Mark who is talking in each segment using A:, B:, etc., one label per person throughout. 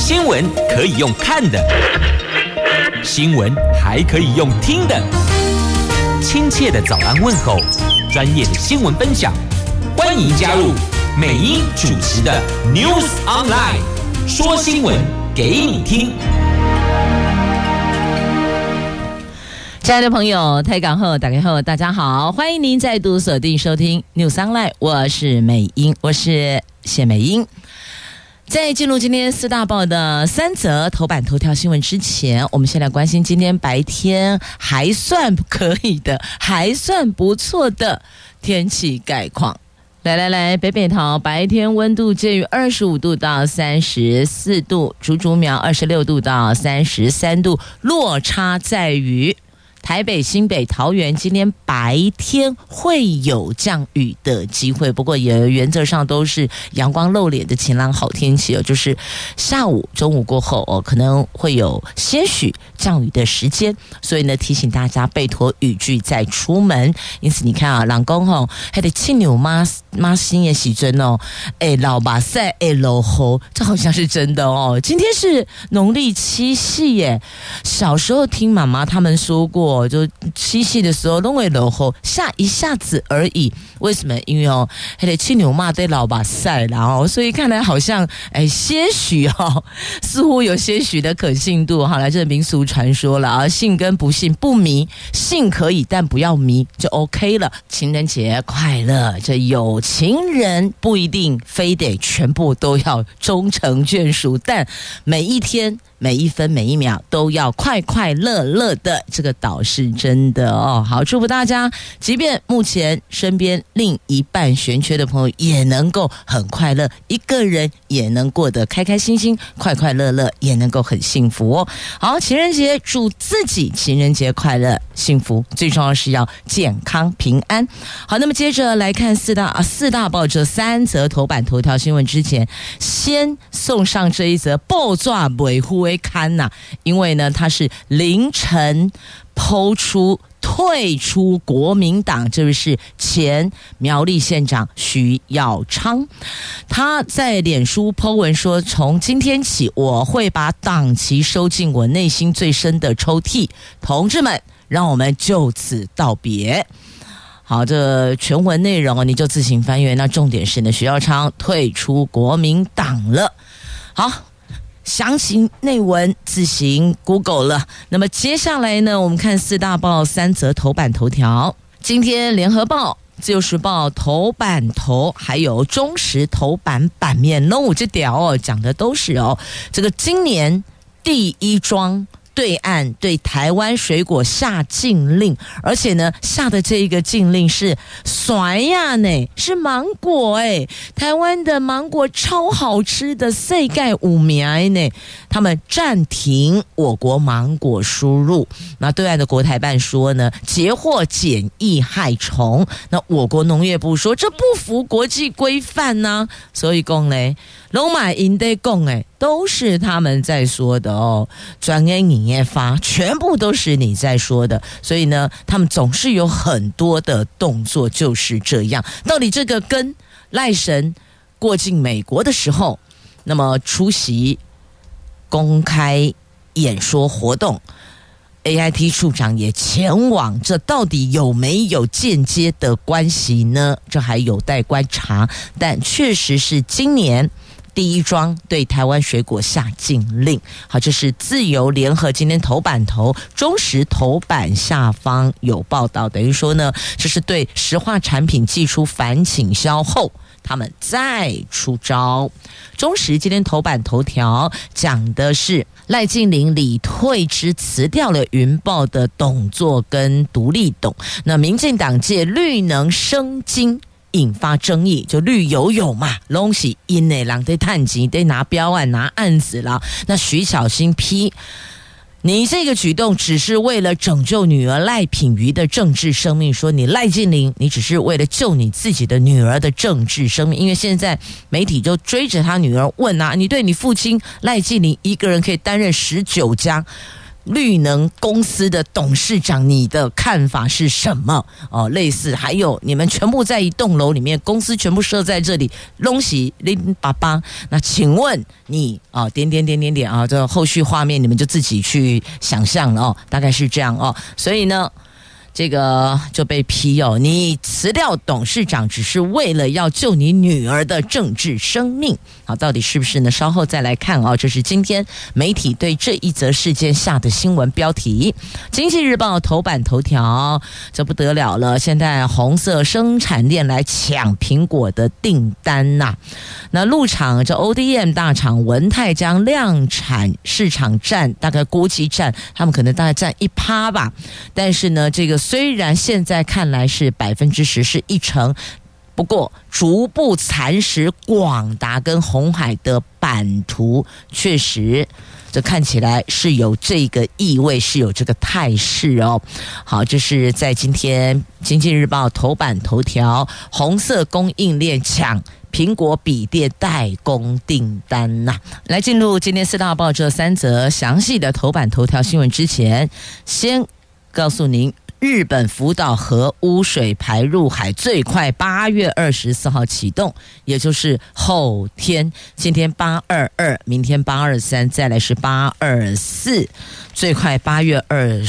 A: 新闻可以用看的，新闻还可以用听的。亲切的早安问候，专业的新闻分享，欢迎加入美英主持的 News Online， 说新闻给你听。
B: 亲爱的朋友，台港后打开后，大家好，欢迎您再度锁定收听 News Online， 我是美英，我是谢美英。在进入今天四大报的3则头版头条新闻之前，我们先来关心今天白天还算可以的，还算不错的天气概况。来，北北桃白天温度介于25度到34度，竹竹苗26度到33度，落差在于台北、新北、桃园今天白天会有降雨的机会，不过也原则上都是阳光露脸的晴朗好天气哦，就是下午、中午过后哦，可能会有些许降雨的时间，所以呢，提醒大家备妥雨具再出门。因此你看啊，人讲吼，还得青牛妈新的时阵哦，老把赛落雨，这好像是真的哦。今天是农历七夕耶，小时候听妈妈他们说过。就七夕的时候都会落雨，下一下子而已。为什么？因为哦，还得青牛妈对老把晒，然后所以看来好像些许似乎有些许的可信度。好了，这民俗传说了啊，信跟不信不迷，信可以但不要迷就 OK 了。情人节快乐！这有情人不一定非得全部都要终成眷属，但每一天。每一分每一秒都要快快乐乐的，这个倒是真的哦。好，祝福大家，即便目前身边另一半悬缺的朋友，也能够很快乐，一个人也能过得开开心心、快快乐乐，也能够很幸福哦。好，情人节祝自己情人节快乐、幸福，最重要的是要健康平安。好，那么接着来看四大报这3则头版头条新闻之前，先送上这一则爆炸维护刊呐，因为呢，他是凌晨抛出退出国民党，这位是前苗栗县长徐耀昌，他在脸书 po 文说，从今天起我会把党旗收进我内心最深的抽屉，同志们，让我们就此道别。好，这全文内容你就自行翻阅。那重点是呢，徐耀昌退出国民党了。好，详情内文自行 Google 了。那么接下来呢，我们看四大报3则头版头条。今天联合报、自由时报头版头，还有中时头版版面，龙武这条哦，讲的都是这个今年第一桩。对岸对台湾水果下禁令，而且呢，下的这一个禁令是甩呀呢，是芒果台湾的芒果超好吃的，世界有名呢，他们暂停我国芒果输入。那对岸的国台办说呢，截获检疫害虫。那我国农业部说这不符国际规范呢，所以讲呢，龙马应得讲都是他们在说的哦，专业营业法全部都是你在说的，所以呢，他们总是有很多的动作就是这样。到底这个跟赖神过境美国的时候，那么出席公开演说活动，AIT 处长也前往，这到底有没有间接的关系呢？这还有待观察，但确实是今年第一桩对台湾水果下禁令。好，这是自由联合今天头版头，中时头版下方有报道，等于说呢，这是对石化产品寄出反倾销后，他们再出招。中时今天头版头条讲的是赖净玲李退之辞掉了云豹的董座跟独立董，那民进党界绿能生金引发争议，就绿油嘛，拢是因的人在探钱，在拿标案拿案子了。那徐巧芯批，你这个举动只是为了拯救女儿赖品妤的政治生命，说你赖净玲，你只是为了救你自己的女儿的政治生命。因为现在媒体就追着他女儿问啊，你对你父亲赖净玲一个人可以担任19家绿能公司的董事长，你的看法是什么？类似还有你们全部在一栋楼里面，公司全部设在这里，东西088。那请问你点这后续画面你们就自己去想象了大概是这样所以呢。这个就被批你辞掉董事长只是为了要救你女儿的政治生命，好，到底是不是呢？稍后再来看这是今天媒体对这一则事件下的新闻标题。经济日报头版头条，这不得了了，现在红色生产链来抢苹果的订单那陆厂这 ODM 大厂文泰将量产市场占大概估计占他们可能大概占1%吧，但是呢这个虽然现在看来是10%是1成，不过逐步蚕食广达跟鸿海的版图，确实这看起来是有这个意味，是有这个态势好，这是在今天经济日报头版头条，红色供应链抢苹果笔电代工订单来进入今天4大报这3则详细的头版头条新闻之前，先告诉您日本福岛核污水排入海最快8月24号启动，也就是后天，今天822，明天823，再来是824，最快8月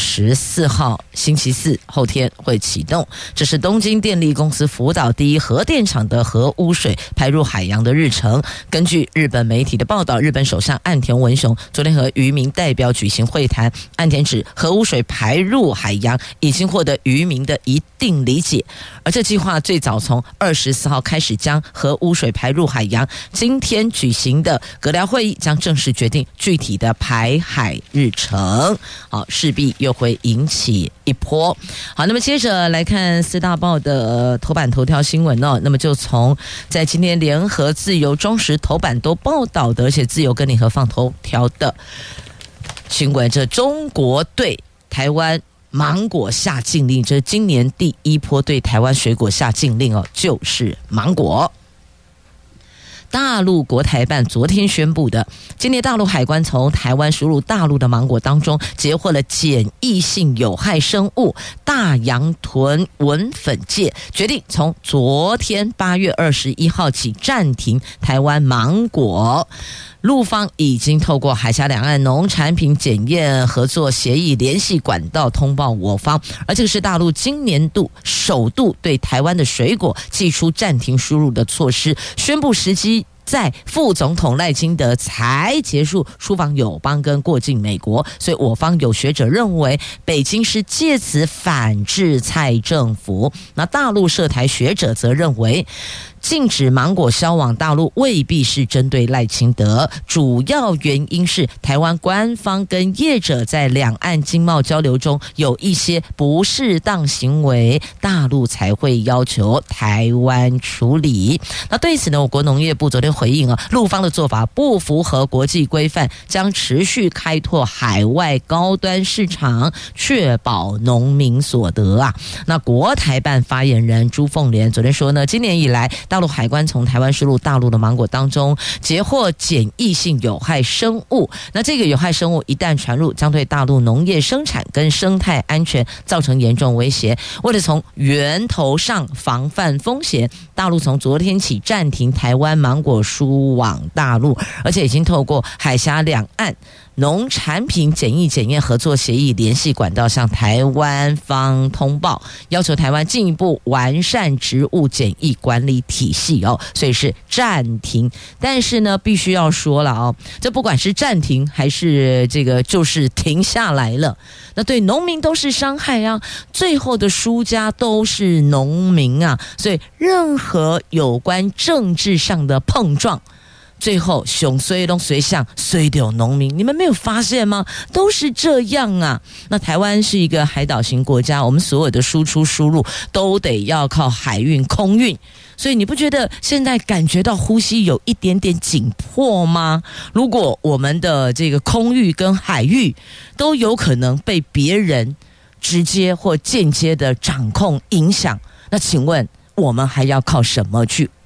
B: 24号星期四后天会启动。这是东京电力公司福岛第一核电厂的核污水排入海洋的日程。根据日本媒体的报道，日本首相岸田文雄昨天和渔民代表举行会谈，岸田指核污水排入海洋已经获得渔民的一定理解，而这计划最早从24号开始将核污水排入海洋，今天举行的阁僚会议将正式决定具体的排海日程，好，势必又会引起一波。好，那么接着来看4大报的头版头条新闻那么就从在今天联合、自由、中时头版都报道的，而且自由跟联合放头条的新闻，这中国对台湾芒果下禁令，这是今年第一波对台湾水果下禁令就是芒果。大陆国台办昨天宣布的，今年大陆海关从台湾输入大陆的芒果当中截获了检疫性有害生物大洋豚纹粉介，决定从昨天8月21号起暂停台湾芒果。陆方已经透过海峡两岸农产品检验合作协议联系管道通报我方，而这个是大陆今年度首度对台湾的水果祭出暂停输入的措施，宣布时机在副总统赖清德才结束出访友邦跟过境美国，所以我方有学者认为北京是借此反制蔡政府。那大陆涉台学者则认为禁止芒果销往大陆未必是针对赖清德，主要原因是台湾官方跟业者在两岸经贸交流中有一些不适当行为，大陆才会要求台湾处理。那对此呢，我国农业部昨天回应陆方的做法不符合国际规范，将持续开拓海外高端市场，确保农民所得那国台办发言人朱凤莲昨天说呢，今年以来大陆海关从台湾输入大陆的芒果当中截获检疫性有害生物，那这个有害生物一旦传入，将对大陆农业生产跟生态安全造成严重威胁。为了从源头上防范风险，大陆从昨天起暂停台湾芒果输往大陆，而且已经透过海峡两岸农产品检验合作协议联系管道向台湾方通报，要求台湾进一步完善植物检疫管理体系所以是暂停。但是呢，必须要说了这不管是暂停还是这个就是停下来了，那对农民都是伤害最后的输家都是农民所以任何有关政治上的碰撞，最后熊衰都随向衰掉农民，你们没有发现吗？都是这样那台湾是一个海岛型国家，我们所有的输出输入都得要靠海运空运，所以你不觉得现在感觉到呼吸有一点点紧迫吗？如果我们的这个空域跟海域都有可能被别人直接或间接的掌控影响，那请问我们还要靠什么去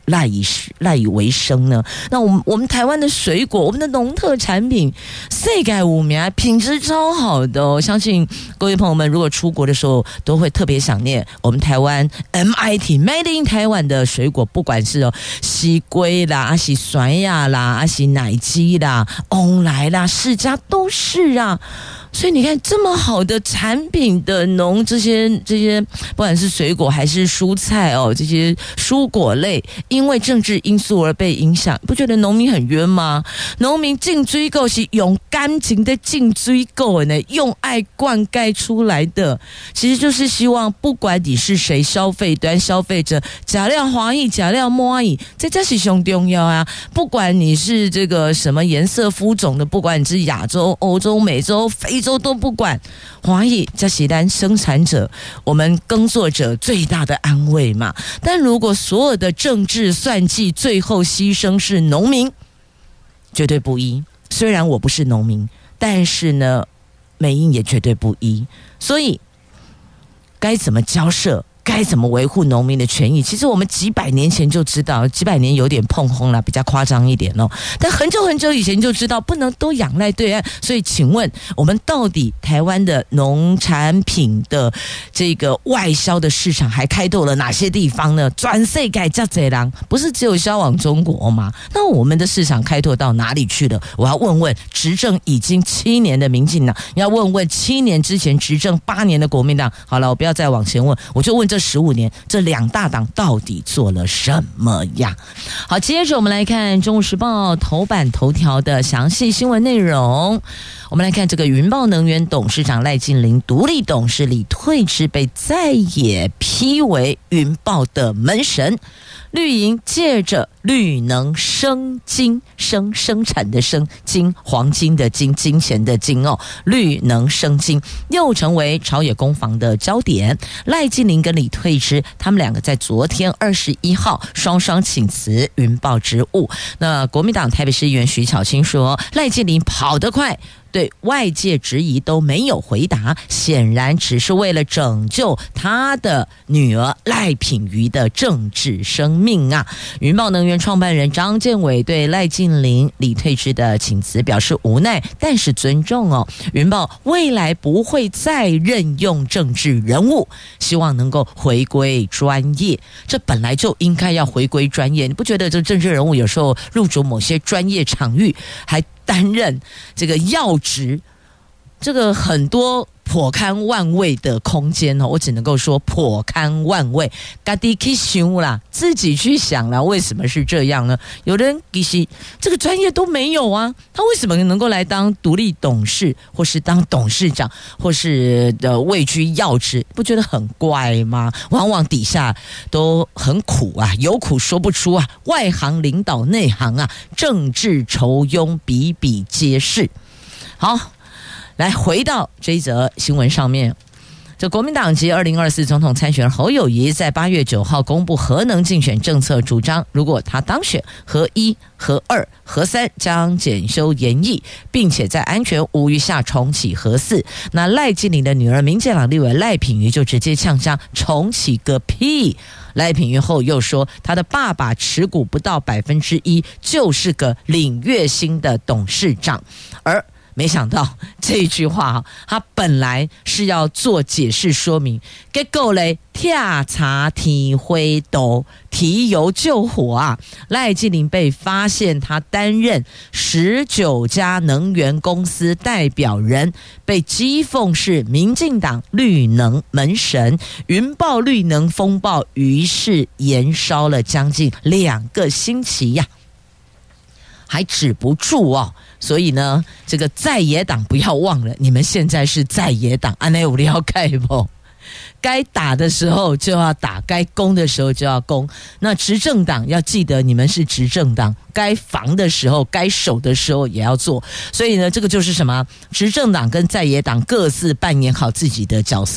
B: 赖以为生呢？那我们台湾的水果，我们的农特产品，世界有名，品质超好的哦。相信各位朋友们，如果出国的时候，都会特别想念我们台湾 MIT Made in 台湾的水果，不管是西龟啦，是酸呀啦，是奶鸡啦，翁来啦，释迦都是啊。所以你看，这么好的产品的这些，不管是水果还是蔬菜哦，这些蔬果类，因为政治因素而被影响，不觉得农民很冤吗？农民种水果是用感情的种水果呢，用爱灌溉出来的，其实就是希望，不管你是谁，消费端消费者，吃了欢喜，吃了满意，这才是最重要啊！不管你是这个什么颜色肤种的，不管你是亚洲、欧洲、美洲、非洲都不管，欢喜这是咱生产者，我们耕作者最大的安慰嘛。但如果所有的政治算计，最后牺牲是农民，绝对不依。虽然我不是农民，但是呢，美英也绝对不依。所以该怎么交涉？该怎么维护农民的权益？其实我们几百年前就知道，几百年有点碰轰了，比较夸张一点哦。但很久很久以前就知道，不能都仰赖对岸。所以，请问我们到底台湾的农产品的这个外销的市场还开拓了哪些地方呢？全世界这么多人，不是只有销往中国吗？那我们的市场开拓到哪里去了？我要问问执政已经7年的民进党，要问问7年之前执政8年的国民党。好了，我不要再往前问，我就问这15年，这两大党到底做了什么呀？好，接着我们来看《中国时报》头版头条的详细新闻内容。我们来看这个云豹能源董事长赖劲霖，独立董事李退之被在野批为云豹的门神。绿营借着绿能生金，生产的生，金黄金的金，金钱的金哦，绿能生金又成为朝野攻防的焦点。赖劲霖跟李退之他们两个在昨天21号双双请辞云豹职务。那国民党台北市议员徐巧芯说，赖劲霖跑得快，对外界质疑都没有回答，显然只是为了拯救他的女儿赖品妤的政治生命啊！云豹能源创办人张建伟对赖劲霖、李退之的请辞表示无奈，但是尊重哦。云豹未来不会再任用政治人物，希望能够回归专业。这本来就应该要回归专业，你不觉得这政治人物有时候入主某些专业场域，还担任这个要职，这个很多颇堪万位的空间哦，我只能够说颇堪万位，自己去想啦，自己去想啦，为什么是这样呢？有人其实这个专业都没有啊，他为什么能够来当独立董事，或是当董事长，或是位居要职，不觉得很怪吗？往往底下都很苦啊，有苦说不出啊，外行领导内行啊，政治酬庸比比皆是。好，来回到这一则新闻上面，这国民党籍2024总统参选人侯友宜在8月9号公布核能竞选政策主张，如果他当选，核1、核2、核3将检修研议，并且在安全无虞下重启核4。那赖劲霖的女儿民进党立委赖品妤就直接呛声，重启个屁！赖品妤后又说，他的爸爸持股不到1%，就是个领月薪的董事长，而没想到这一句话，他本来是要做解释说明，结果嘞，跳茶天灰斗，提油救火啊！赖劲霖被发现他担任19家能源公司代表人，被讥讽是民进党绿能门神，云豹绿能风暴，于是延烧了将近2个星期呀，还止不住哦。所以呢，这个在野党不要忘了，你们现在是在野党，安内有了解不？该打的时候就要打，该攻的时候就要攻。那执政党要记得，你们是执政党，该防的时候、该守的时候也要做。所以呢，这个就是什么？执政党跟在野党各自扮演好自己的角色，把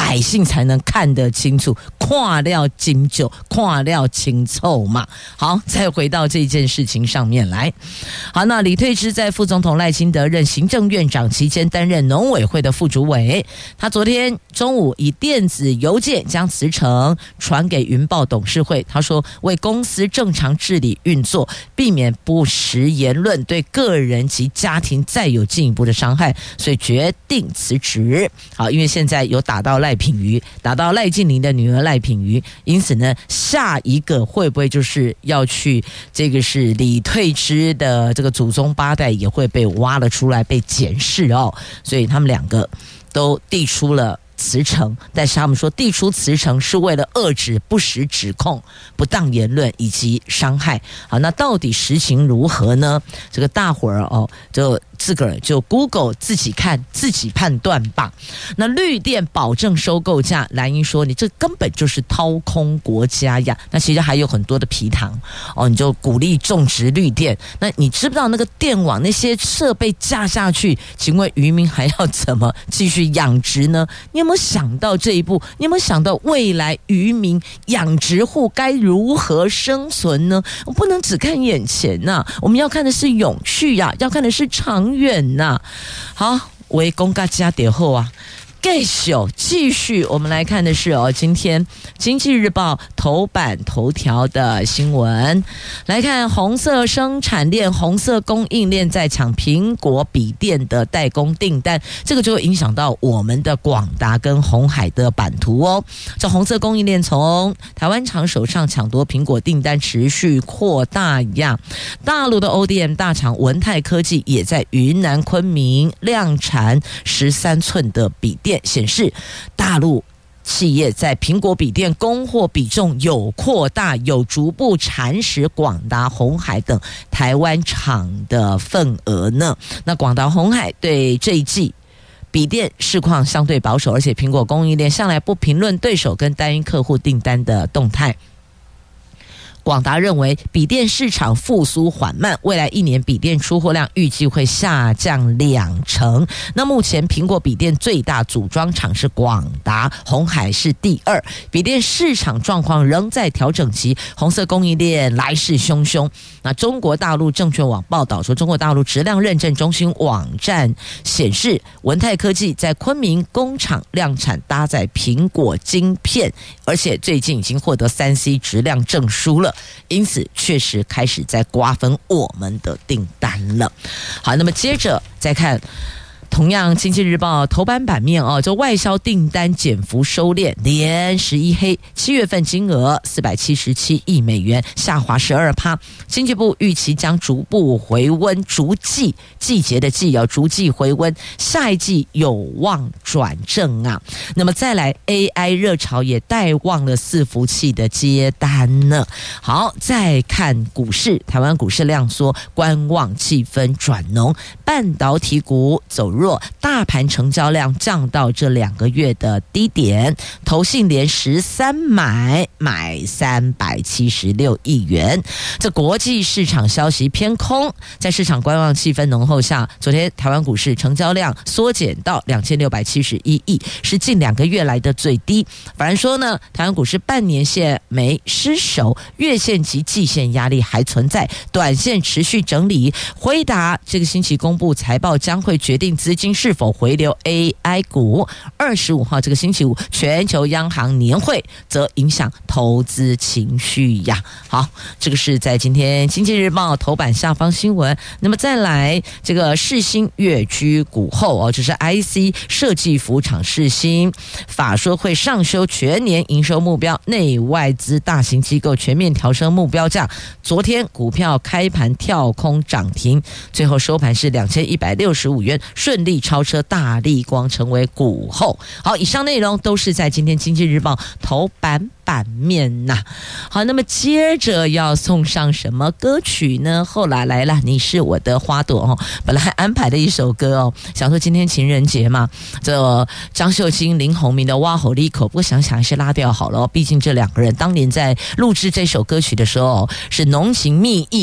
B: 百姓才能看得清楚，看了清楚，看了清楚嘛。好，再回到这件事情上面来。好，那李退之在副总统赖清德任行政院长期间担任农委会的副主委，他昨天中午以电子邮件将辞呈传给云豹董事会，他说为公司正常治理运作，避免不实言论对个人及家庭再有进一步的伤害，所以决定辞职。好，因为现在有打到赖品妤，打到赖静玲的女儿赖品妤，因此呢，下一个会不会就是要去这个是李退之的这个祖宗八代也会被挖了出来被检视哦，所以他们两个都递出了辞呈，但是他们说递出辞呈是为了遏制不实指控、不当言论以及伤害。好，那到底实情如何呢？这个大伙儿就自个儿就 Google 自己看自己判断吧。那绿电保证收购价，蓝营说你这根本就是掏空国家呀。那其实还有很多的皮糖你就鼓励种植绿电。那你知不知道那个电网那些设备架下去，请问渔民还要怎么继续养殖呢？你有没有想到这一步？你有没有想到未来渔民养殖户该如何生存呢？我不能只看眼前呐，我们要看的是永续呀，要看的是长远呐。好，为公家加点后啊。继续，我们来看的是今天经济日报头版头条的新闻。来看红色生产链、红色供应链在抢苹果笔电的代工订单，这个就会影响到我们的广达跟鸿海的版图哦。这红色供应链从台湾厂手上抢夺苹果订单持续扩大呀。大陆的 ODM 大厂文泰科技也在云南昆明量产13寸的笔电，显示大陆企业在苹果笔电供货比重有扩大，有逐步蚕食广达、鸿海等台湾厂的份额呢。那广达、鸿海对这一季笔电市况相对保守，而且苹果供应链向来不评论对手跟单一客户订单的动态。广达认为笔电市场复苏缓慢，未来1年笔电出货量预计会下降20%。那目前苹果笔电最大组装厂是广达，鸿海是第2，笔电市场状况仍在调整期，红色供应链来势汹汹。那中国大陆证券网报道说，中国大陆质量认证中心网站显示，文泰科技在昆明工厂量产搭载苹果晶片，而且最近已经获得3C 质量证书了，因此确实开始在瓜分我们的订单了。好，那么接着再看同样经济日报头版版面这外销订单减幅收敛，连11黑，7月份金额477亿美元，下滑12%。经济部预期将逐步回温，季节的季逐季回温，下一季有望转正啊。那么再来 AI 热潮也带旺了伺服器的接单呢。好，再看股市，台湾股市量缩，观望气氛转浓，半导体股走弱，大盘成交量降到这2个月的低点，投信连13买376亿元。这国际市场消息偏空，在市场观望气氛浓厚下，昨天台湾股市成交量缩减到2671亿，是近2个月来的最低。反而说呢，台湾股市半年线没失守，月线及季线压力还存在，短线持续整理。辉达这个星期公布财报，将会决定资金是否回流 AI 股。25号这个星期五，全球央行年会则影响投资情绪呀。好，这个是在今天经济日报头版下方新闻。那么再来这个世芯跃居股后就是 IC 设计服厂世芯法说会上修全年营收目标，内外资大型机构全面调升目标价。昨天股票开盘跳空涨停，最后收盘是2165元，顺利超车大立光，成为股后。好，以上内容都是在今天经济日报头版面呐。好，那么接着要送上什么歌曲呢？后来来了，你是我的花朵本来安排的一首歌想说今天情人节嘛，这张秀清、林鸿明的挖吼利口，不过想想还是拉掉好了毕竟这2个人当年在录制这首歌曲的时候是浓情蜜意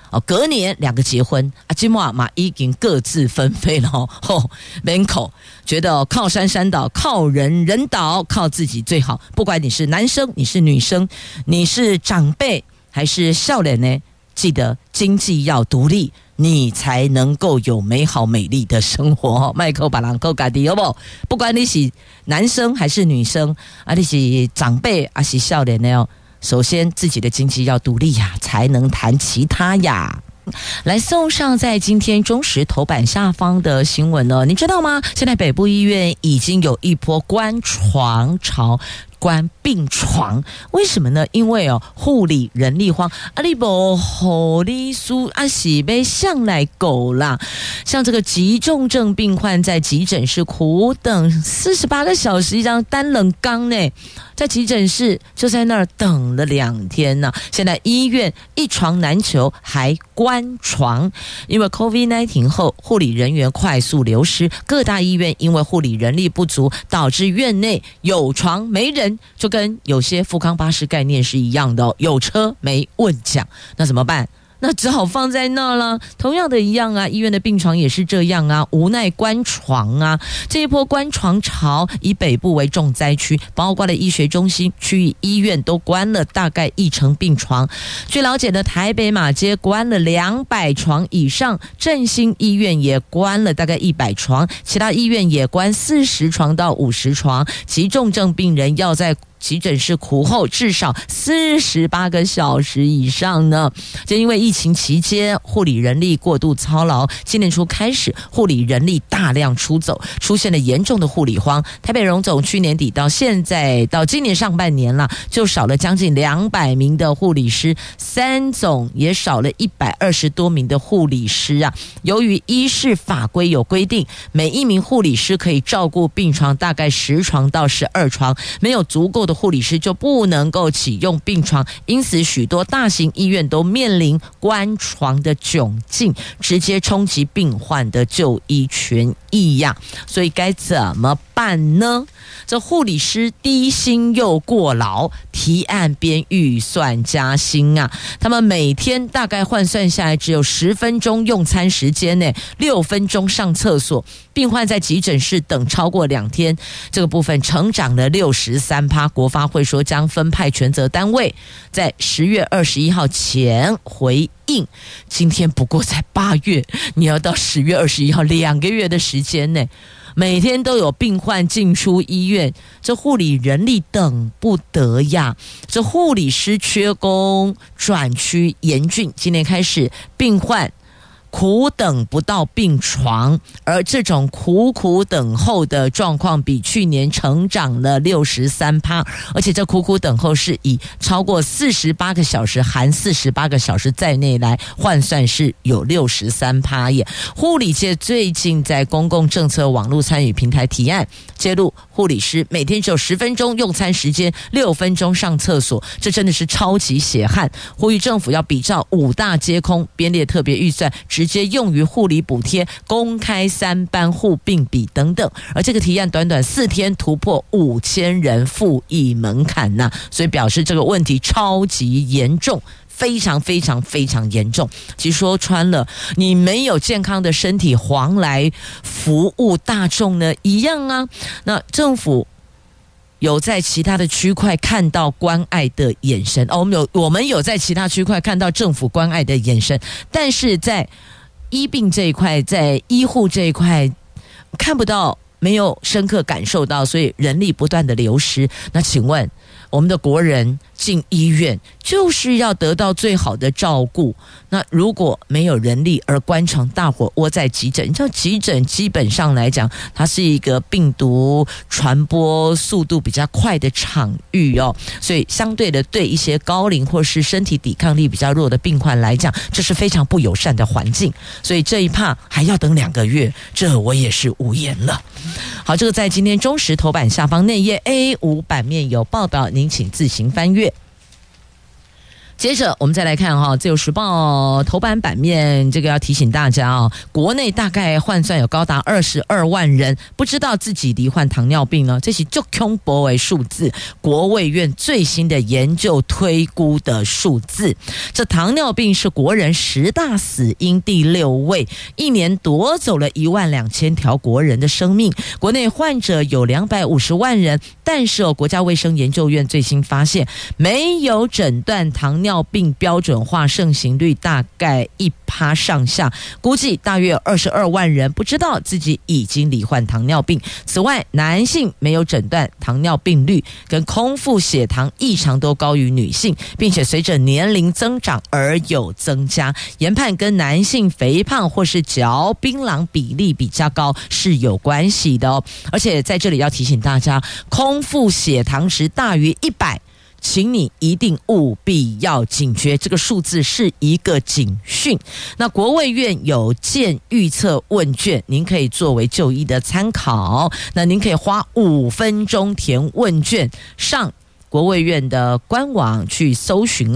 B: 隔年2个结婚啊，今嘛已经各自纷飞了门口觉得靠山山倒，靠人人倒，靠自己最好。不管你是男生，你是女生，你是长辈还是少年呢，记得经济要独立，你才能够有美好美丽的生活。麦克把人够家己，好不好？不管你是男生还是女生啊，你是长辈还是少年呢，首先自己的经济要独立呀，才能谈其他呀。来送上在今天中时头版下方的新闻呢，你知道吗？现在北部医院已经有一波关床潮。关病床，为什么呢？因为护理人力荒，你没护理师是被向来狗啦。像这个急重症病患在急诊室苦等48个小时，一张单冷缸呢，在急诊室就在那儿等了2天呢。现在医院一床难求，还关床，因为 COVID-19 后护理人员快速流失，各大医院因为护理人力不足，导致院内有床没人，就跟有些富康巴士概念是一样的有车没问奖，那怎么办？那只好放在那了。同样的一样啊，医院的病床也是这样啊，无奈关床啊。这一波关床潮以北部为重灾区，包括了医学中心、区域医院都关了大概1成病床。据了解的，台北马街关了200床以上，振兴医院也关了大概100床，其他医院也关40床到50床。急重症病人要在急诊室苦候至少48个小时以上呢。就因为疫情期间护理人力过度操劳，今年初开始护理人力大量出走，出现了严重的护理荒。台北荣总去年底到现在到今年上半年了，就少了将近200名的护理师，3总也少了120多名的护理师啊。由于医事法规有规定，每1名护理师可以照顾病床大概10床到12床，没有足够的护理师就不能够启用病床，因此许多大型医院都面临关床的窘境，直接冲击病患的就医权益呀。所以该怎么办呢？这护理师低薪又过劳，提案编预算加薪啊！他们每天大概换算下来只有10分钟用餐时间呢，6分钟上厕所，病患在急诊室等超过2天，这个部分成长了63%。国发会说将分派权责单位在10月21号前回应。今天不过才8月，你要到10月21号2个月的时间呢。每天都有病患进出医院，这护理人力等不得呀！这护理师缺工，转趋严峻。今年开始，病患苦等不到病床，而这种苦等候的状况比去年成长了63%，而且这苦等候是以超过48个小时含48个小时在内来换算，是有63%耶。护理界最近在公共政策网络参与平台提案，揭露护理师每天只有10分钟用餐时间，6分钟上厕所，这真的是超级血汗。呼吁政府要比照5大皆空，编列特别预算，直接用于护理补贴，公开3班护病比等等。而这个提案短短4天突破5000人复议门槛呐，所以表示这个问题超级严重。非常非常非常严重。其实说穿了，你没有健康的身体，黄来服务大众呢一样啊。那政府有在其他的区块看到关爱的眼神我们有在其他区块看到政府关爱的眼神，但是在医病这一块，在医护这一块看不到，没有深刻感受到，所以人力不断的流失。那请问我们的国人进医院就是要得到最好的照顾，那如果没有人力而关床，大伙窝在急诊，你知道急诊基本上来讲，它是一个病毒传播速度比较快的场域所以相对的对一些高龄或是身体抵抗力比较弱的病患来讲，这是非常不友善的环境，所以这一趴还要等2个月，这我也是无言了。好，这个在今天中时头版下方内页 A5 版面有报道，您请自行翻阅。 接着我们再来看自由时报头版版面，这个要提醒大家国内大概换算有高达22万人不知道自己罹患糖尿病呢，这是最恐怖的数字，国卫院最新的研究推估的数字。这糖尿病是国人10大死因第6位，一年夺走了12000条国人的生命。国内患者有250万人，但是国家卫生研究院最新发现，没有诊断糖尿病标准化盛行率大概1%上下，估计大约有22万人不知道自己已经罹患糖尿病。此外，男性没有诊断糖尿病率跟空腹血糖异常都高于女性，并且随着年龄增长而有增加，研判跟男性肥胖或是嚼槟榔比例比较高是有关系的而且在这里要提醒大家，空腹血糖值大于100，请你一定务必要警觉，这个数字是一个警讯。那国卫院有建预测问卷，您可以作为就医的参考。那您可以花5分钟填问卷，上国卫院的官网去搜寻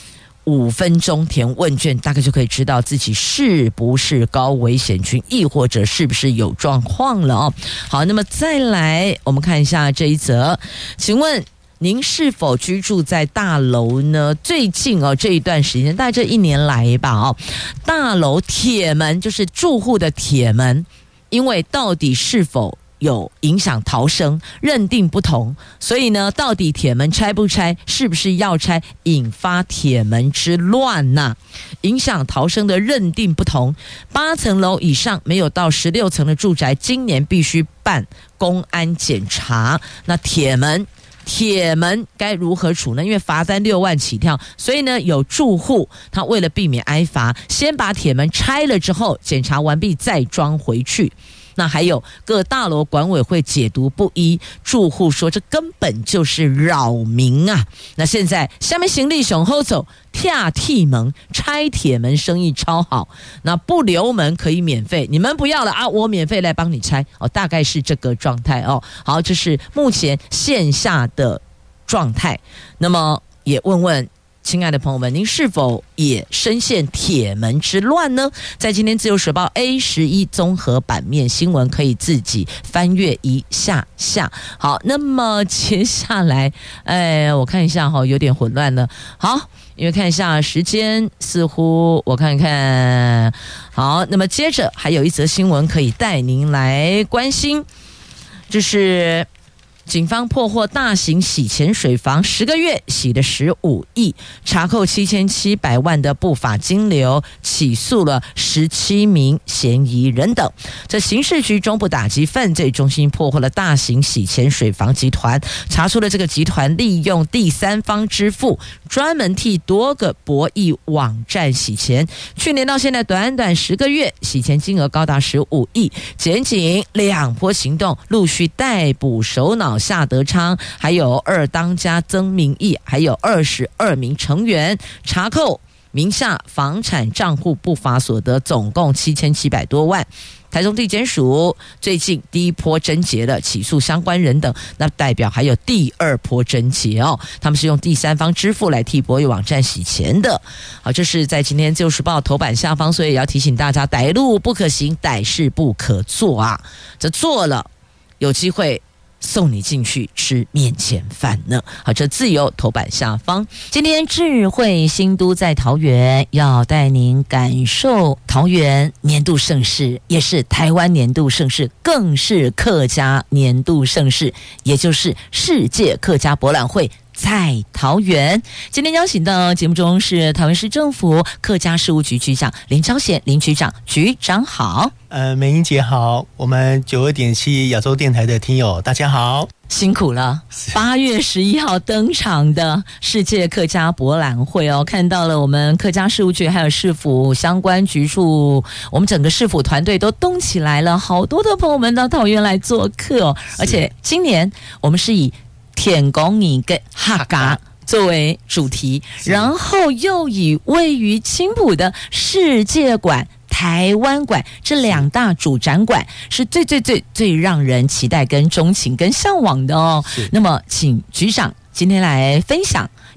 B: 5分钟填问卷，大概就可以知道自己是不是高危险群，亦或者是不是有状况了好，那么再来我们看一下这一则，请问您是否居住在大楼呢？最近这一段时间，大概这1年来吧大楼铁门就是住户的铁门，因为到底是否有影响逃生认定不同，所以呢，到底铁门拆不拆，是不是要拆，引发铁门之乱呢？影响逃生的认定不同，8层楼以上没有到16层的住宅，今年必须办公安检查。那铁门该如何处呢？因为罚单6万起跳，所以呢，有住户他为了避免挨罚，先把铁门拆了之后，检查完毕再装回去。那还有各大楼管委会解读不一，住户说这根本就是扰民啊。那现在下面行李熊后走跳铁门拆铁门生意超好，那不留门可以免费，你们不要了我免费来帮你拆大概是这个状态好，这是目前线下的状态。那么也问问亲爱的朋友们，您是否也深陷铁门之乱呢？在今天自由时报 A11 综合版面新闻可以自己翻阅一下下。好，那么接下来我看一下有点混乱了。好，因为看一下时间，似乎我看看。好，那么接着还有一则新闻可以带您来关心，就是警方破获大型洗钱水房，10个月洗了15亿，查扣7700万的不法金流，起诉了17名嫌疑人等。这刑事局中部打击犯罪中心破获了大型洗钱水房集团，查出了这个集团利用第三方支付，专门替多个博弈网站洗钱。去年到现在短短10个月，洗钱金额高达15亿。检警2波行动，陆续逮捕首脑夏德昌，还有二当家曾明义，还有22名成员，查扣名下房产账户不法所得总共7700多万。台中地检署最近第一波侦结了，起诉相关人等，那代表还有第2波侦结他们是用第三方支付来替博弈网站洗钱的。好，这是在今天自由时报头版下方，所以也要提醒大家，歹路不可行，歹事不可做啊！这做了，有机会送你进去吃面前饭呢。好，这自由头版下方。今天智慧新都在桃园，要带您感受桃园年度盛事，也是台湾年度盛事，更是客家年度盛事，也就是世界客家博览会在桃园。今天邀请到节目中是桃园市政府客家事务局局长林昭贤林局长，局长好。
C: 美英姐好，我们92.7亚洲电台的听友大家好，
B: 辛苦了。8月11号登场的世界客家博览会看到了我们客家事务局还有市府相关局处，我们整个市府团队都动起来了，好多的朋友们到桃园来做客而且今年我们是以天公你跟客家作为主题，然后又以位于青埔的世界馆、台湾馆这2大主展馆是最让人期待跟钟情跟向往的那么请局长今天来分享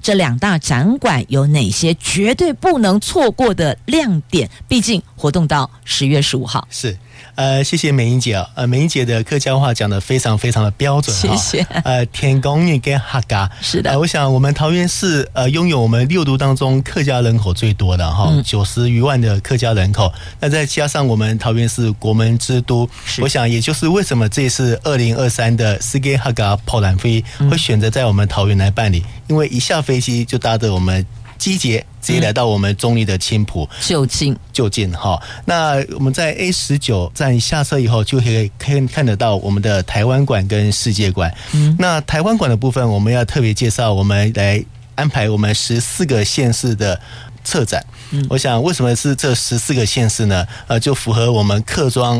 B: 这2大展馆有哪些绝对不能错过的亮点？毕竟活动到10月15号。
C: 是。谢谢美英姐美英姐的客家话讲得非常非常的标准，
B: 谢谢。
C: 天公语跟客家
B: 是的，
C: 我想我们桃园市拥有我们6都当中客家人口最多的90余万的客家人口，那再加上我们桃园市国门之都，我想也就是为什么这次2023的世界客家博览会会选择在我们桃园来办理，因为一下飞机就搭着我们机捷直接来到我们中立的青埔就近哈。那我们在 A19 站下车以后，就可以看得到我们的台湾馆跟世界馆。那台湾馆的部分，我们要特别介绍，我们来安排我们14个县市的策展。我想为什么是这14个县市呢？就符合我们客庄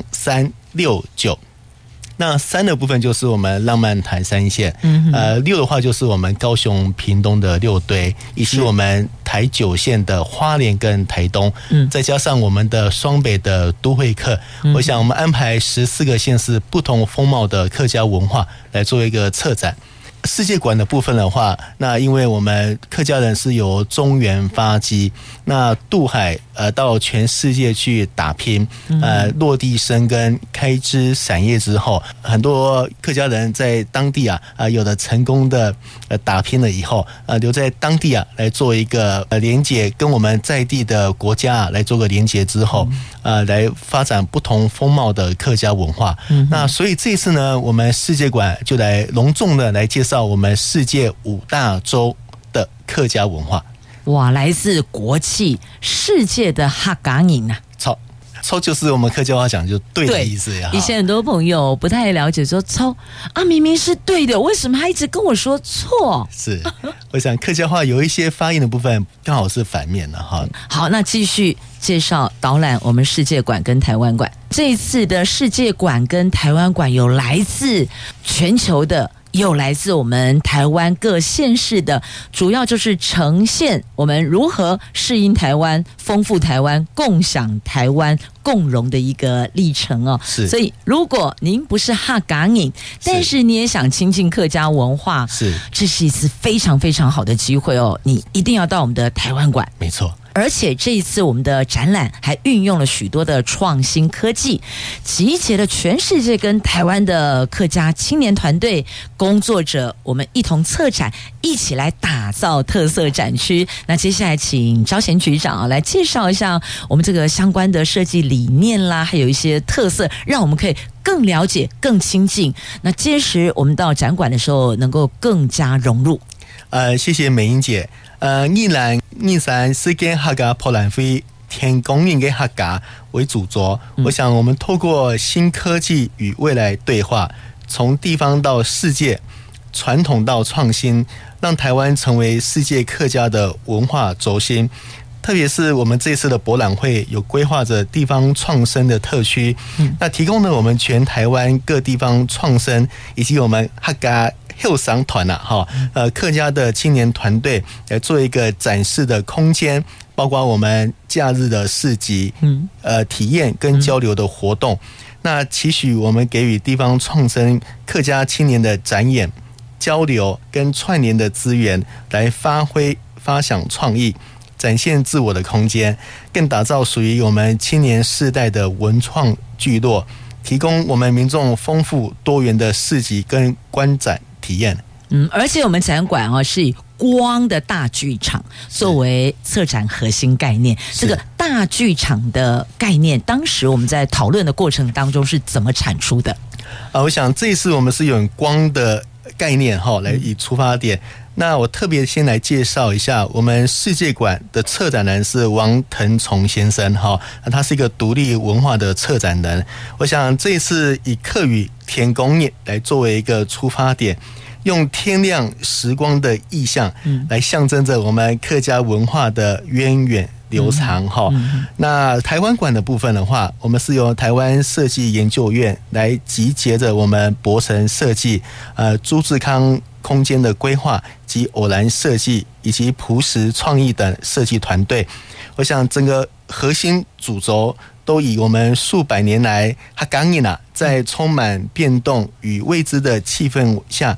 C: 3、6、9。那3的部分就是我们浪漫台3线，6的话就是我们高雄屏东的6堆，以及我们台9线的花莲跟台东，再加上我们的双北的都会客，我想我们安排14个县市不同风貌的客家文化来做一个策展。世界馆的部分的话，那因为我们客家人是由中原发迹，那渡海到全世界去打拼，落地生根、开枝散叶之后，很多客家人在当地有的成功的打拼了以后，留在当地来做一个连结，跟我们在地的国家来做个连结之后，来发展不同风貌的客家文化。那所以这次呢，我们世界馆就来隆重的来介绍我们世界5大洲的客家文化。
B: 哇，来自国际世界的客家人啊！
C: 超就是我们客家话讲就对的意思呀。
B: 以前很多朋友不太了解说超明明是对的，为什么他一直跟我说错？
C: 是，我想客家话有一些发音的部分刚好是反面的哈。
B: 好，那继续介绍导览我们世界馆跟台湾馆。这一次的世界馆跟台湾馆有来自全球的，也有来自我们台湾各县市的，主要就是呈现我们如何适应台湾、丰富台湾、共享台湾、共荣的一个历程哦。
C: 是，
B: 所以如果您不是客家人，但是你也想亲近客家文化，这是一次非常非常好的机会哦。你一定要到我们的台湾馆。
C: 没错。
B: 而且这一次我们的展览还运用了许多的创新科技，集结了全世界跟台湾的客家青年团队工作者，我们一同策展，一起来打造特色展区。那接下来请昭贤局长来介绍一下我们这个相关的设计理念啦，还有一些特色，让我们可以更了解、更亲近。那届时我们到展馆的时候能够更加融入。
C: 谢谢美英姐。2023世界客家博览会天公运嘅客家为主轴，我想我们透过新科技与未来对话，从地方到世界，传统到创新，让台湾成为世界客家的文化轴心。特别是我们这次的博览会有规划着地方创生的特区，那提供了我们全台湾各地方创生以及我们客家后商团客家的青年团队来做一个展示的空间，包括我们假日的市集，体验跟交流的活动。那期许我们给予地方创生客家青年的展演、交流跟串联的资源，来发挥发想创意，展现自我的空间，更打造属于我们青年世代的文创聚落，提供我们民众丰富多元的市集跟观展体验。
B: 而且我们展馆是以光的大剧场作为策展核心概念。这个大剧场的概念，当时我们在讨论的过程当中是怎么产出的？
C: 我想这一次我们是用光的概念来以出发点。那我特别先来介绍一下我们世界馆的策展人是王腾崇先生他是一个独立文化的策展人。我想这一次以客语天公业来作为一个出发点，用天亮时光的意象来象征着我们客家文化的源远流长那台湾馆的部分的话，我们是由台湾设计研究院来集结着我们博成设计、朱志康空间的规划及偶然设计以及朴实创意等设计团队。我想整个核心主轴都以我们数百年来客家人在充满变动与未知的气氛下，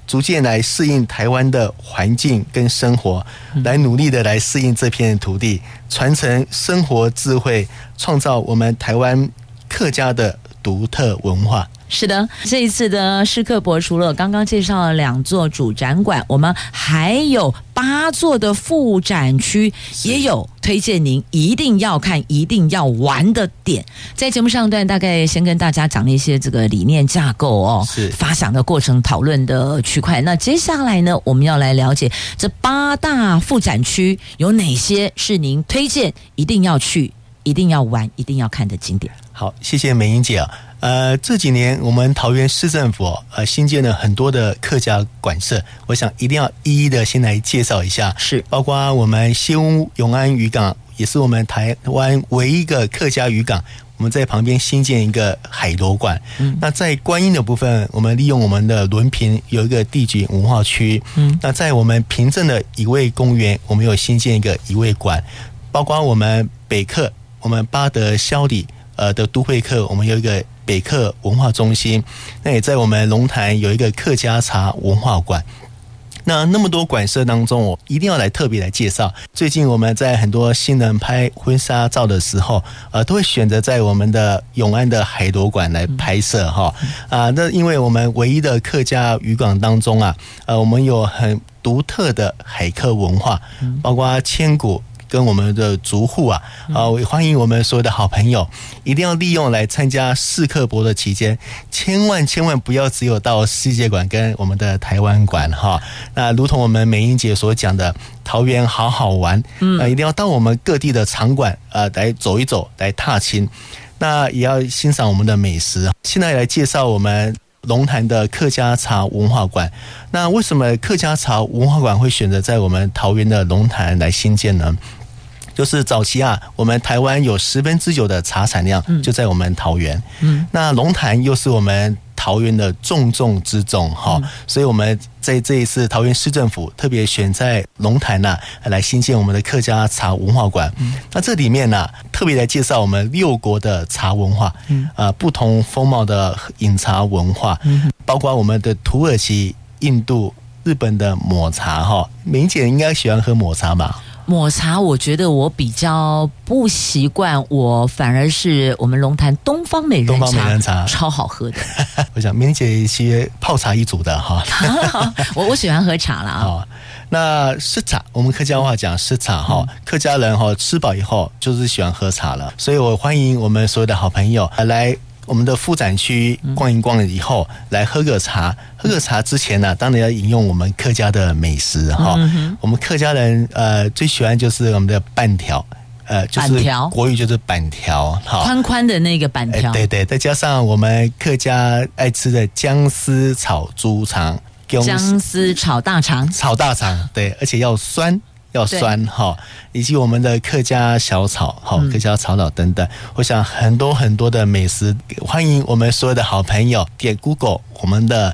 C: 逐渐来适应台湾的环境跟生活，来努力的来适应这片土地，传承生活智慧，创造我们台湾客家的独特文化。
B: 是的，这一次的世客博除了刚刚介绍了2座主展馆，我们还有8座的副展区，也有推荐您一定要看、一定要玩的点。在节目上段，大概先跟大家讲了一些这个理念架构哦，发想的过程、讨论的区块。那接下来呢，我们要来了解这8大副展区有哪些是您推荐一定要去、一定要玩、一定要看的景点。
C: 好，谢谢美英姐啊。这几年我们桃园市政府新建了很多的客家馆舍，我想一定要一一的先来介绍一下。
B: 是，
C: 包括我们新屋永安渔港，也是我们台湾唯一一个客家渔港，我们在旁边新建一个海螺馆。那在观音的部分，我们利用我们的轮屏有一个地景文化区。那在我们平镇的乙未公园，我们有新建一个乙未馆，包括我们北客，我们八德萧里的都会客，我们有一个北客文化中心，那也在我们龙潭有一个客家茶文化馆。那么多馆舍当中，我一定要来特别来介绍。最近我们在很多新人拍婚纱照的时候，都会选择在我们的永安的海螺馆来拍摄哈。那因为我们唯一的客家渔港当中我们有很独特的海客文化，包括千古。跟我们的族户欢迎我们所有的好朋友，一定要利用来参加世客博的期间，千万不要只有到世界馆跟我们的台湾馆哈。那如同我们美英姐所讲的，桃园好好玩，一定要到我们各地的场馆来走一走，来踏青，那也要欣赏我们的美食。现在来介绍我们龙潭的客家茶文化馆。那为什么客家茶文化馆会选择在我们桃园的龙潭来新建呢？就是早期我们台湾有9%的茶产量就在我们桃园。那龙潭又是我们桃园的重中之重所以我们在这一次桃园市政府特别选在龙潭来新建我们的客家茶文化馆。那这里面特别来介绍我们6国的茶文化，不同风貌的饮茶文化，包括我们的土耳其、印度、日本的抹茶美英姐应该喜欢喝抹茶吧？
B: 抹茶我觉得我比较不习惯，我反而是我们龙潭东方美人茶超好喝的。
C: 我想美英姐是泡茶一族的
B: 我喜欢喝茶啦
C: 那吃茶，我们客家话讲吃茶客家人吃饱以后就是喜欢喝茶了，所以我欢迎我们所有的好朋友来我们的副展区逛一逛了以后，来喝个茶。喝个茶之前当然要饮用我们客家的美食我们客家人最喜欢就是我们的板条，就是国语就是板条，
B: 宽宽的那个板条。
C: 对对，再加上我们客家爱吃的姜丝炒猪肠，
B: 姜丝炒大肠，
C: 对，而且要酸。以及我们的客家小炒客家炒脑等等，我想很多的美食，欢迎我们所有的好朋友点 Google 我们的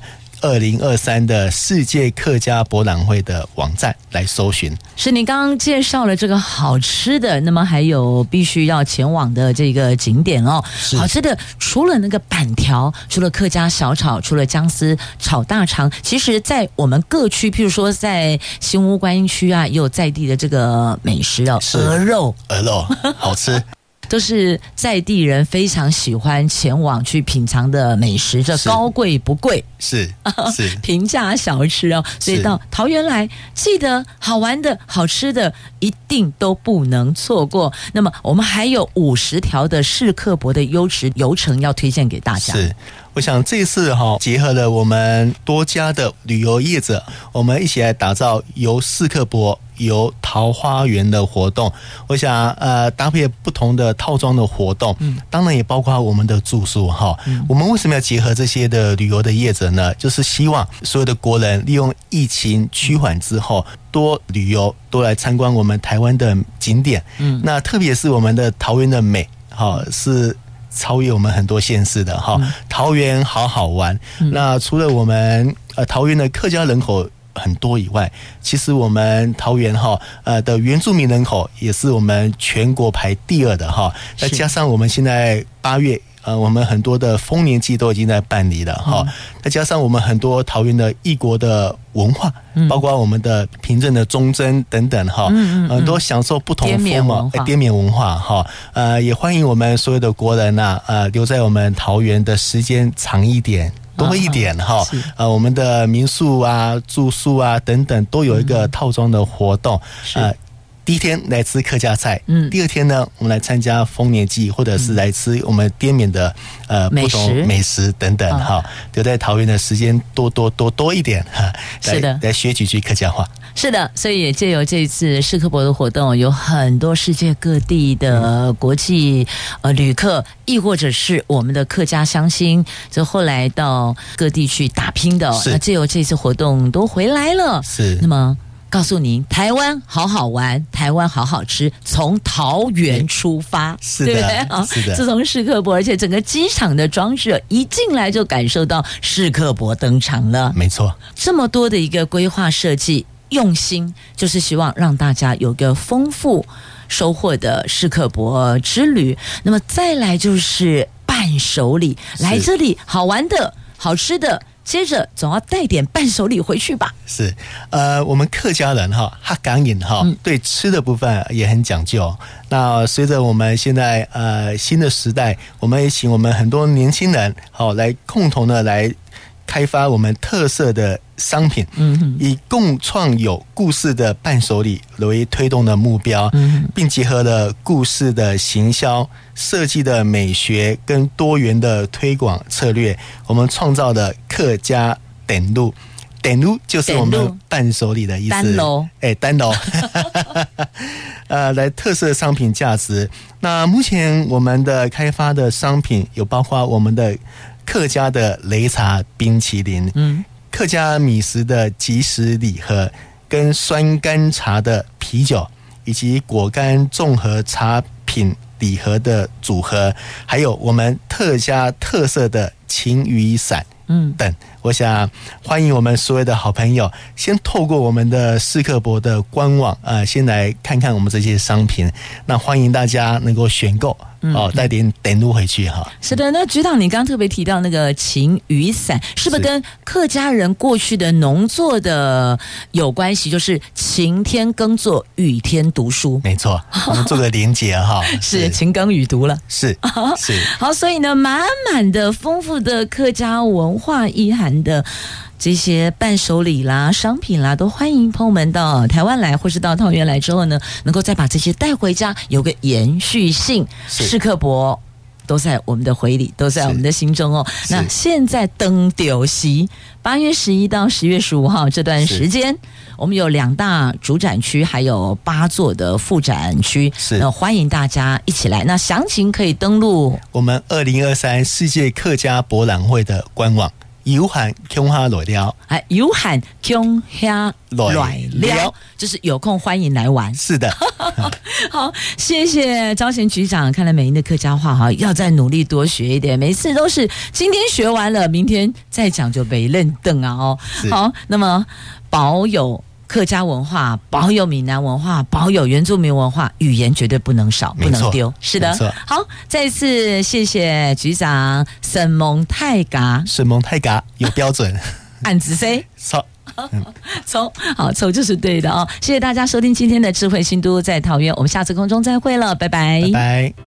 C: 2023的世界客家博览会的网站来搜寻。
B: 是你刚刚介绍了这个好吃的，那么还有必须要前往的这个景点好吃的除了那个板条，除了客家小炒，除了姜丝炒大肠，其实在我们各区，譬如说在新屋观音区也有在地的这个美食鹅肉
C: 好吃
B: 都是在地人非常喜欢前往去品尝的美食，这高贵不贵，
C: 是
B: 平价小吃所以到桃园来，记得好玩的好吃的一定都不能错过。那么我们还有50条的世客博的优质游程要推荐给大家。
C: 是，我想这次结合了我们多家的旅游业者，我们一起来打造游世客博、游桃花源的活动。我想搭配不同的套装的活动，当然也包括我们的住宿我们为什么要结合这些的旅游的业者呢？就是希望所有的国人利用疫情趋缓之后，多旅游，多来参观我们台湾的景点。那特别是我们的桃园的美是超越我们很多县市的桃园好好玩。那除了我们桃园的客家人口很多以外，其实我们桃园的原住民人口也是我们全国排第2的再加上我们现在8月我们很多的丰年祭都已经在办理了哈，再加上我们很多桃园的异国的文化，包括我们的平镇的忠贞等等哈，都享受不同风貌滇缅文化哈，也欢迎我们所有的国人留在我们桃园的时间长一点。多一点哈，我们的民宿啊、住宿啊等等都有一个套装的活动，第一天来吃客家菜，第二天呢，我们来参加丰年祭，或者是来吃我们滇缅的不同美食等等哈，留在桃园的时间多一点哈，
B: 是的，
C: 来学几句客家话。
B: 是的，所以也借由这一次世客博的活动，有很多世界各地的国际旅客，亦或者是我们的客家乡亲，就后来到各地去打拼的，那借由这次活动都回来了。
C: 是，
B: 那么告诉您，台湾好好玩，台湾好好吃，从桃园出发，
C: 是的，
B: 对不对？
C: 是的。
B: 自从世客博，而且整个机场的装饰一进来就感受到世客博登场了。
C: 没错，
B: 这么多的一个规划设计。用心就是希望让大家有个丰富收获的世客博之旅。那么再来就是伴手礼，来这里好玩的好吃的，接着总要带点伴手礼回去吧。
C: 是，我们客家人哈，哈港人哈，对吃的部分也很讲究。那随着我们现在新的时代，我们也请我们很多年轻人来共同的来开发我们特色的商品，以共创有故事的伴手礼为推动的目标，并结合了故事的行销、设计的美学跟多元的推广策略，我们创造的客家点路。点路就是我们伴手礼的意思，单楼来特色商品价值。那目前我们的开发的商品有包括我们的客家的擂茶冰淇淋，客家米食的即食礼盒，跟酸甘茶的啤酒，以及果干综合茶品礼盒的组合，还有我们客家特色的晴雨伞等。我想欢迎我们所有的好朋友先透过我们的世客博的官网先来看看我们这些商品，那欢迎大家能够选购带点点入回去哈。
B: 是的，那局长你刚刚特别提到那个晴雨伞，是不是跟客家人过去的农作的有关系？就是晴天耕作，雨天读书。
C: 没错，我们做个连结哈。
B: 是晴耕雨读了。
C: 是。
B: 好，所以呢，满满的丰富的客家文化意涵的这些伴手礼啦、商品啦，都欢迎朋友们到台湾来，或是到桃园来之后呢，能够再把这些带回家，有个延续性。世客博都在我们的回里，都在我们的心中哦。那现在登丢席8月11到10月15号这段时间，我们有2大主展区，还有8座的副展区，那欢迎大家一起来。那详情可以登录
C: 我们2023世界客家博览会的官网。有喊空哈来了，
B: 有喊空哈来了，就是有空欢迎来玩。
C: 是的，
B: 好，谢谢昭贤局长。看来美英的客家话要再努力多学一点，每次都是今天学完了，明天再讲就没认凳啊好，那么保有客家文化，保有闽南文化，保有原住民文化，语言绝对不能少，不能丢。是的，好，再一次谢谢局长。沈蒙泰嘎
C: 有标准，
B: 按子 C
C: 抽
B: 好，抽就是对的哦。谢谢大家收听今天的智慧新都在桃园，我们下次空中再会了，拜拜，
C: 拜拜。